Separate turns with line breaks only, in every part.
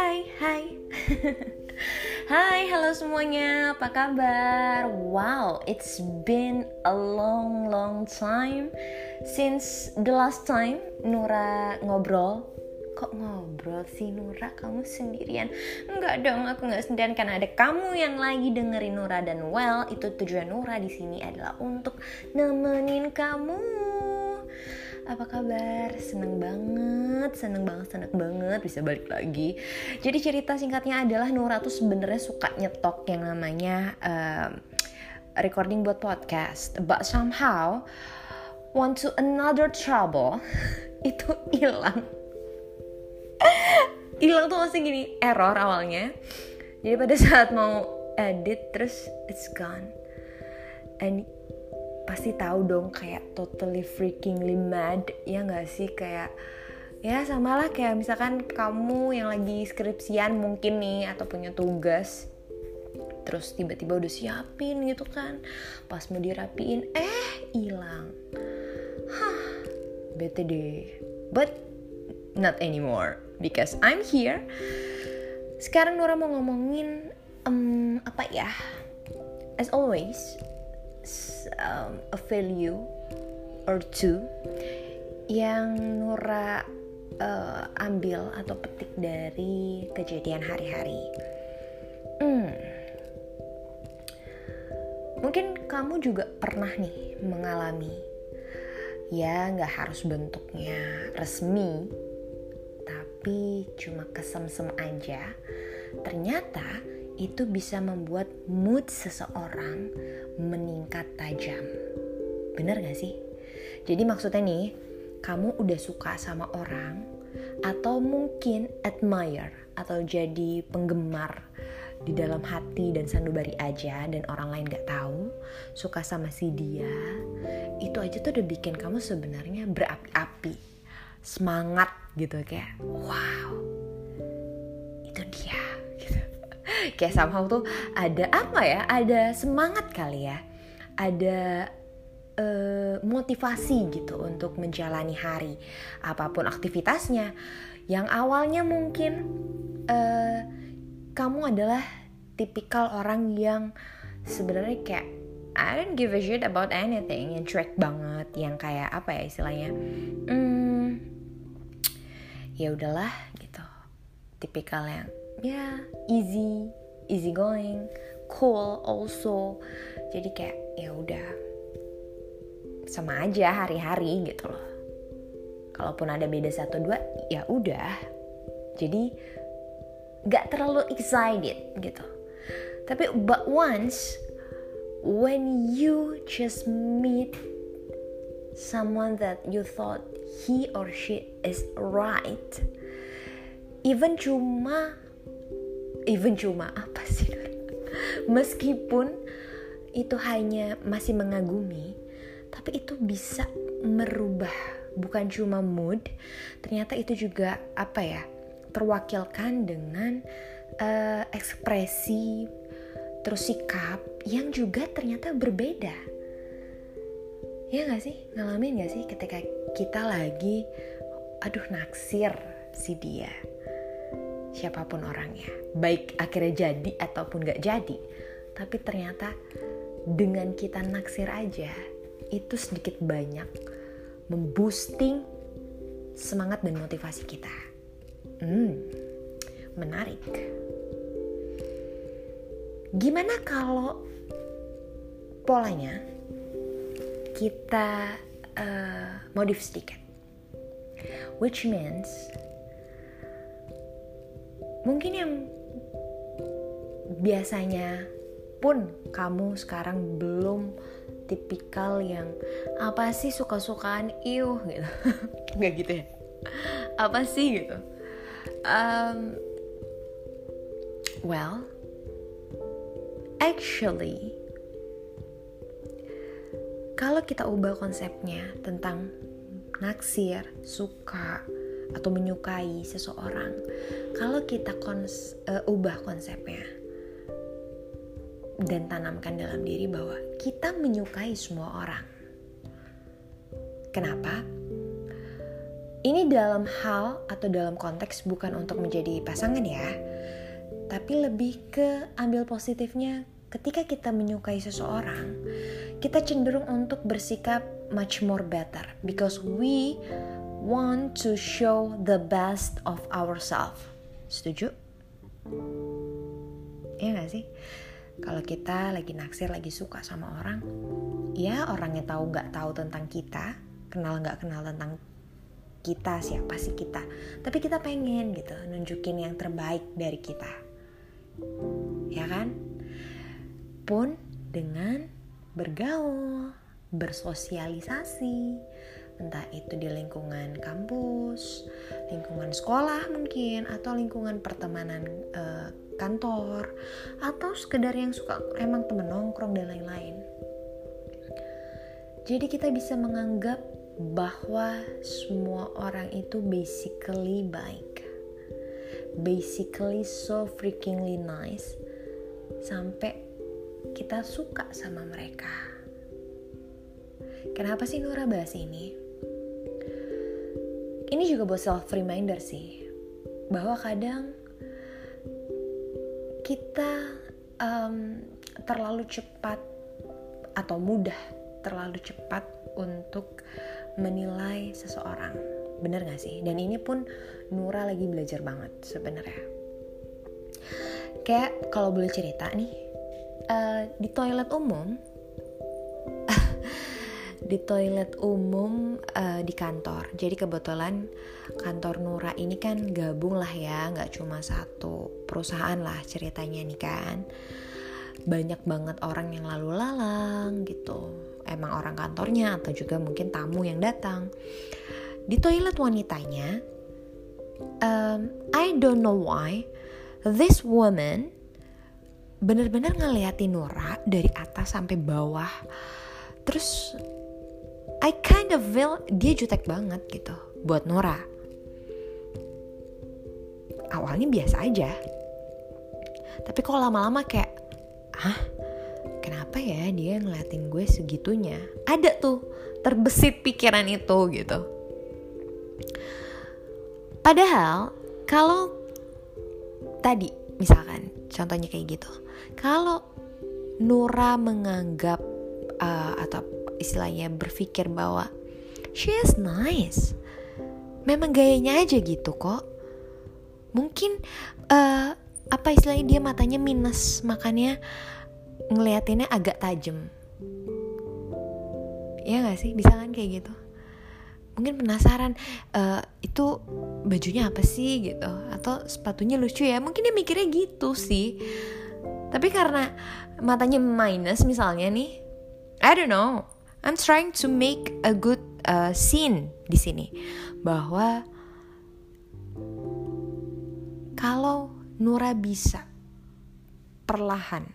Hai Hai, halo semuanya, apa kabar? Wow, it's been a long time since the last time Nura ngobrol. Kok ngobrol sih Nura, kamu sendirian? Enggak dong, aku enggak sendirian karena ada kamu yang lagi dengerin Nura. Dan well, itu tujuan Nura di sini adalah untuk nemenin kamu. Apa kabar? Seneng banget bisa balik lagi. Jadi cerita singkatnya adalah Nura tuh sebenarnya suka nyetok yang namanya recording buat podcast, but somehow want to another trouble itu hilang tuh masih gini, error awalnya. Jadi pada saat mau edit terus it's gone. And pasti tahu dong, kayak totally freakingly mad, ya nggak sih? Kayak ya samalah kayak misalkan kamu yang lagi skripsian mungkin nih, atau punya tugas, terus tiba-tiba udah siapin gitu kan, pas mau dirapiin hilang. Bete deh, but not anymore because I'm here. Sekarang Nora mau ngomongin apa ya? As always, a value or two yang Nura ambil atau petik dari kejadian hari-hari. Mungkin kamu juga pernah nih mengalami, ya nggak harus bentuknya resmi, tapi cuma kesemsem aja. Ternyata itu bisa membuat mood seseorang meningkat tajam. Bener gak sih? Jadi maksudnya nih, kamu udah suka sama orang, atau mungkin admire, atau jadi penggemar di dalam hati dan sanubari aja, dan orang lain gak tahu, suka sama si dia. Itu aja tuh udah bikin kamu sebenarnya berapi-api, semangat gitu, kayak wow, itu dia. Kayak somehow tuh ada apa ya, ada semangat kali ya, ada motivasi gitu untuk menjalani hari apapun aktivitasnya. Yang awalnya mungkin kamu adalah tipikal orang yang sebenarnya kayak I don't give a shit about anything, yang cuek banget, yang kayak apa ya istilahnya, ya udahlah gitu, tipikal yang ya easy going, cool also. Jadi kayak ya udah sama aja hari-hari gitu loh. Kalaupun ada beda 1-2 ya udah. Jadi gak terlalu excited gitu. Tapi but once when you just meet someone that you thought he or she is right, even cuma apa sih? Meskipun itu hanya masih mengagumi, tapi itu bisa merubah bukan cuma mood, ternyata itu juga apa ya, terwakilkan dengan ekspresi terus sikap yang juga ternyata berbeda. Ya nggak sih, ngalamin nggak sih ketika kita lagi naksir si dia, siapapun orangnya, baik akhirnya jadi ataupun gak jadi, tapi ternyata dengan kita naksir aja itu sedikit banyak memboosting semangat dan motivasi kita. Menarik. Gimana kalau polanya kita modif sedikit, which means mungkin yang biasanya pun kamu sekarang belum tipikal yang apa sih suka-sukaan gitu nggak gitu ya, apa sih gitu, well actually kalau kita ubah konsepnya tentang naksir, suka atau menyukai seseorang, kalau kita ubah konsepnya dan tanamkan dalam diri bahwa kita menyukai semua orang. Kenapa? Ini dalam hal atau dalam konteks bukan untuk menjadi pasangan ya, tapi lebih ke ambil positifnya. Ketika kita menyukai seseorang, kita cenderung untuk bersikap much more better because we want to show the best of ourselves. Setuju? Iya gak sih? Kalau kita lagi naksir, lagi suka sama orang, ya orangnya tahu gak tahu tentang kita, kenal gak kenal tentang kita, siapa sih kita, tapi kita pengen gitu nunjukin yang terbaik dari kita, ya kan? Pun dengan bergaul, bersosialisasi, entah itu di lingkungan kampus, lingkungan sekolah mungkin, atau lingkungan pertemanan kantor, atau sekedar yang suka emang temen nongkrong dan lain-lain. Jadi kita bisa menganggap bahwa semua orang itu basically baik, basically so freakingly nice, sampai kita suka sama mereka. Kenapa sih Nura bahas ini? Ini juga buat self reminder sih, bahwa kadang kita terlalu cepat atau mudah terlalu cepat untuk menilai seseorang. Bener gak sih? Dan ini pun Nura lagi belajar banget sebenarnya. Kayak kalau boleh cerita nih, di toilet umum di kantor. Jadi kebetulan kantor Nura ini kan gabung lah ya, nggak cuma satu perusahaan lah ceritanya nih kan. Banyak banget orang yang lalu lalang gitu. Emang orang kantornya atau juga mungkin tamu yang datang. Di toilet wanitanya, I don't know why this woman bener-bener ngeliatin Nura dari atas sampai bawah. Terus I kind of feel dia jutek banget gitu buat Nura. Awalnya biasa aja, tapi kok lama-lama kayak, kenapa ya dia ngeliatin gue segitunya? Ada tuh terbesit pikiran itu gitu. Padahal kalau tadi misalkan contohnya kayak gitu, kalau Nura menganggap atau istilahnya berpikir bahwa she is nice, memang gayanya aja gitu kok, mungkin apa istilahnya dia matanya minus, makanya ngeliatinnya agak tajam, ya nggak sih? Bisa kan kayak gitu? Mungkin penasaran itu bajunya apa sih gitu, atau sepatunya lucu ya, mungkin dia mikirnya gitu sih. Tapi karena matanya minus misalnya nih, I don't know, I'm trying to make a good scene di sini, bahwa kalau Nura bisa perlahan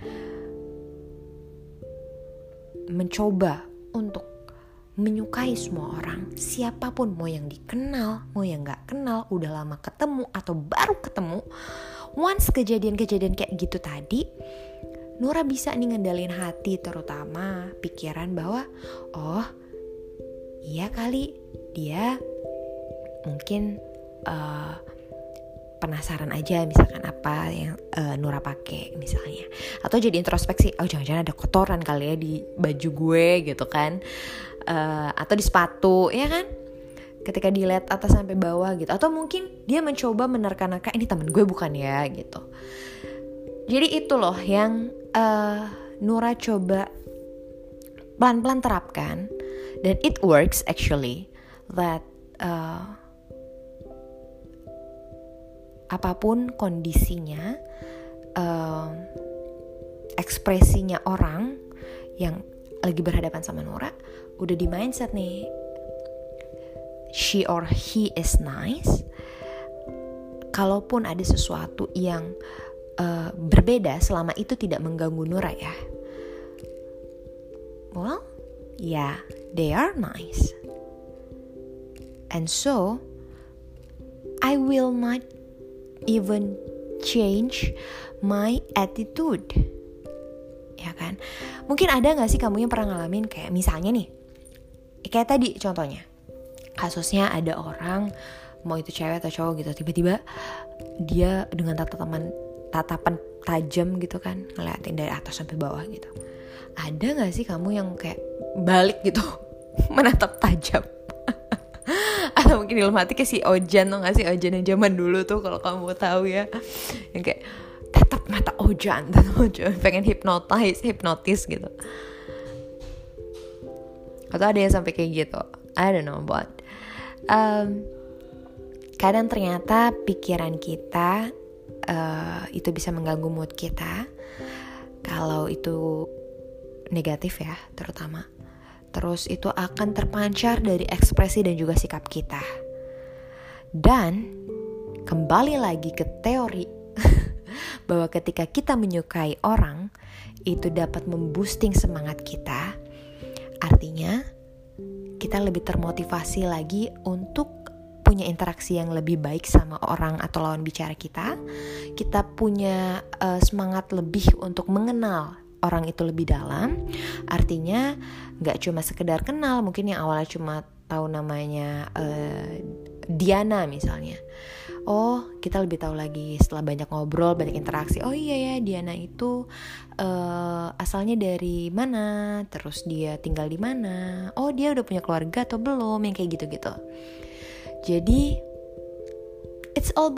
mencoba untuk menyukai semua orang, siapapun, mau yang dikenal, mau yang gak kenal, udah lama ketemu atau baru ketemu, once kejadian-kejadian kayak gitu tadi, Nura bisa nih ngendalin hati, terutama pikiran bahwa oh iya kali dia mungkin penasaran aja misalkan apa yang Nura pakai misalnya, atau jadi introspeksi, oh jangan-jangan ada kotoran kali ya di baju gue gitu kan, atau di sepatu ya kan, ketika dilihat atas sampai bawah gitu, atau mungkin dia mencoba menerka-nerka ini temen gue bukan ya gitu. Jadi itu loh yang Nura coba pelan-pelan terapkan, dan it works actually, that apapun kondisinya, ekspresinya orang yang lagi berhadapan sama Nura udah di mindset nih, she or he is nice. Kalaupun ada sesuatu yang berbeda, selama itu tidak mengganggu Nura ya, well, yeah, they are nice. And so, I will not even change my attitude. Ya kan? Mungkin ada gak sih kamu yang pernah ngalamin kayak misalnya nih, kayak tadi contohnya, Kasusnya ada orang, mau itu cewek atau cowok gitu, tiba-tiba dia dengan tatapan tajam gitu kan, ngeliatin dari atas sampai bawah gitu. Ada gak sih kamu yang kayak balik gitu menatap tajam? Atau mungkin dalam hati kayak si Ojan, tuh gak sih Ojan yang zaman dulu tuh, kalau kamu tahu ya, yang kayak tatap mata Ojan pengen hipnotis gitu. Atau ada yang sampai kayak gitu, I don't know, but kadang ternyata pikiran kita itu bisa mengganggu mood kita kalau itu negatif ya, terutama. Terus itu akan terpancar dari ekspresi dan juga sikap kita. Dan kembali lagi ke teori bahwa ketika kita menyukai orang, itu dapat memboosting semangat kita. Artinya kita lebih termotivasi lagi untuk punya interaksi yang lebih baik sama orang atau lawan bicara kita. Kita punya semangat lebih untuk mengenal orang itu lebih dalam. Artinya gak cuma sekedar kenal, mungkin yang awalnya cuma tahu namanya Diana misalnya. Oh, kita lebih tahu lagi setelah banyak ngobrol, banyak interaksi. Oh iya ya, Diana itu asalnya dari mana, terus dia tinggal di mana. Oh, dia udah punya keluarga atau belum, yang kayak gitu-gitu. Jadi it's all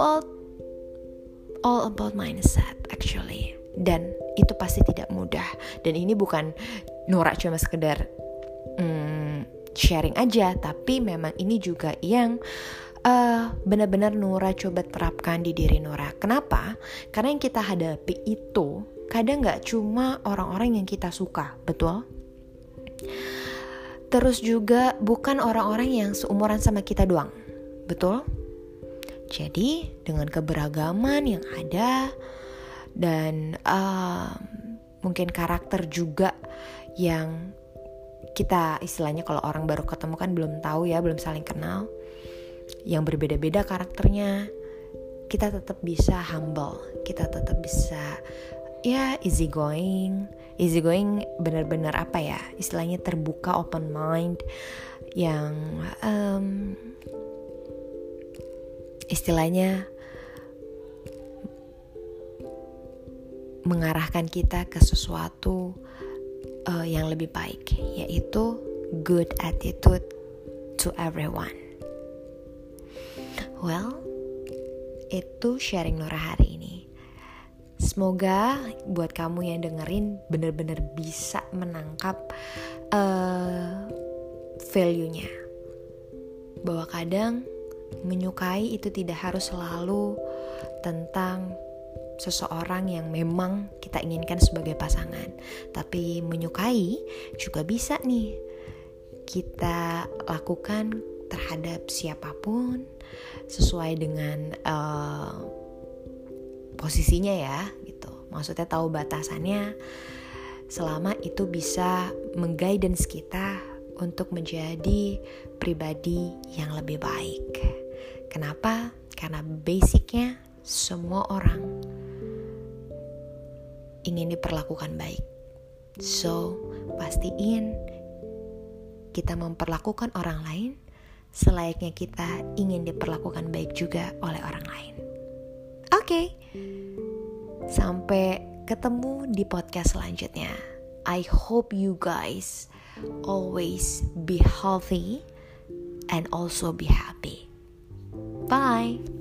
about mindset actually. Dan itu pasti tidak mudah. Dan ini bukan Nora cuma sekedar sharing aja, tapi memang ini juga yang benar-benar Nora coba terapkan di diri Nora. Kenapa? Karena yang kita hadapi itu kadang gak cuma orang-orang yang kita suka, betul? Terus juga bukan orang-orang yang seumuran sama kita doang, betul? Jadi dengan keberagaman yang ada dan mungkin karakter juga yang kita istilahnya kalau orang baru ketemu kan belum tahu ya, belum saling kenal, yang berbeda-beda karakternya, kita tetap bisa humble, kita tetap bisa ya easy going benar-benar apa ya, istilahnya terbuka, open mind, yang istilahnya mengarahkan kita ke sesuatu yang lebih baik, yaitu good attitude to everyone. Well, itu sharing Nora hari ini. Semoga buat kamu yang dengerin benar-benar bisa menangkap value-nya, bahwa kadang menyukai itu tidak harus selalu tentang seseorang yang memang kita inginkan sebagai pasangan, tapi menyukai juga bisa nih kita lakukan terhadap siapapun sesuai dengan posisinya ya gitu. Maksudnya tahu batasannya, selama itu bisa mengguidance kita untuk menjadi pribadi yang lebih baik. Kenapa? Karena basicnya semua orang ingin diperlakukan baik. So, pastiin kita memperlakukan orang lain selayaknya kita ingin diperlakukan baik juga oleh orang lain. Oke. Sampai ketemu di podcast selanjutnya. I hope you guys always be healthy and also be happy. Bye.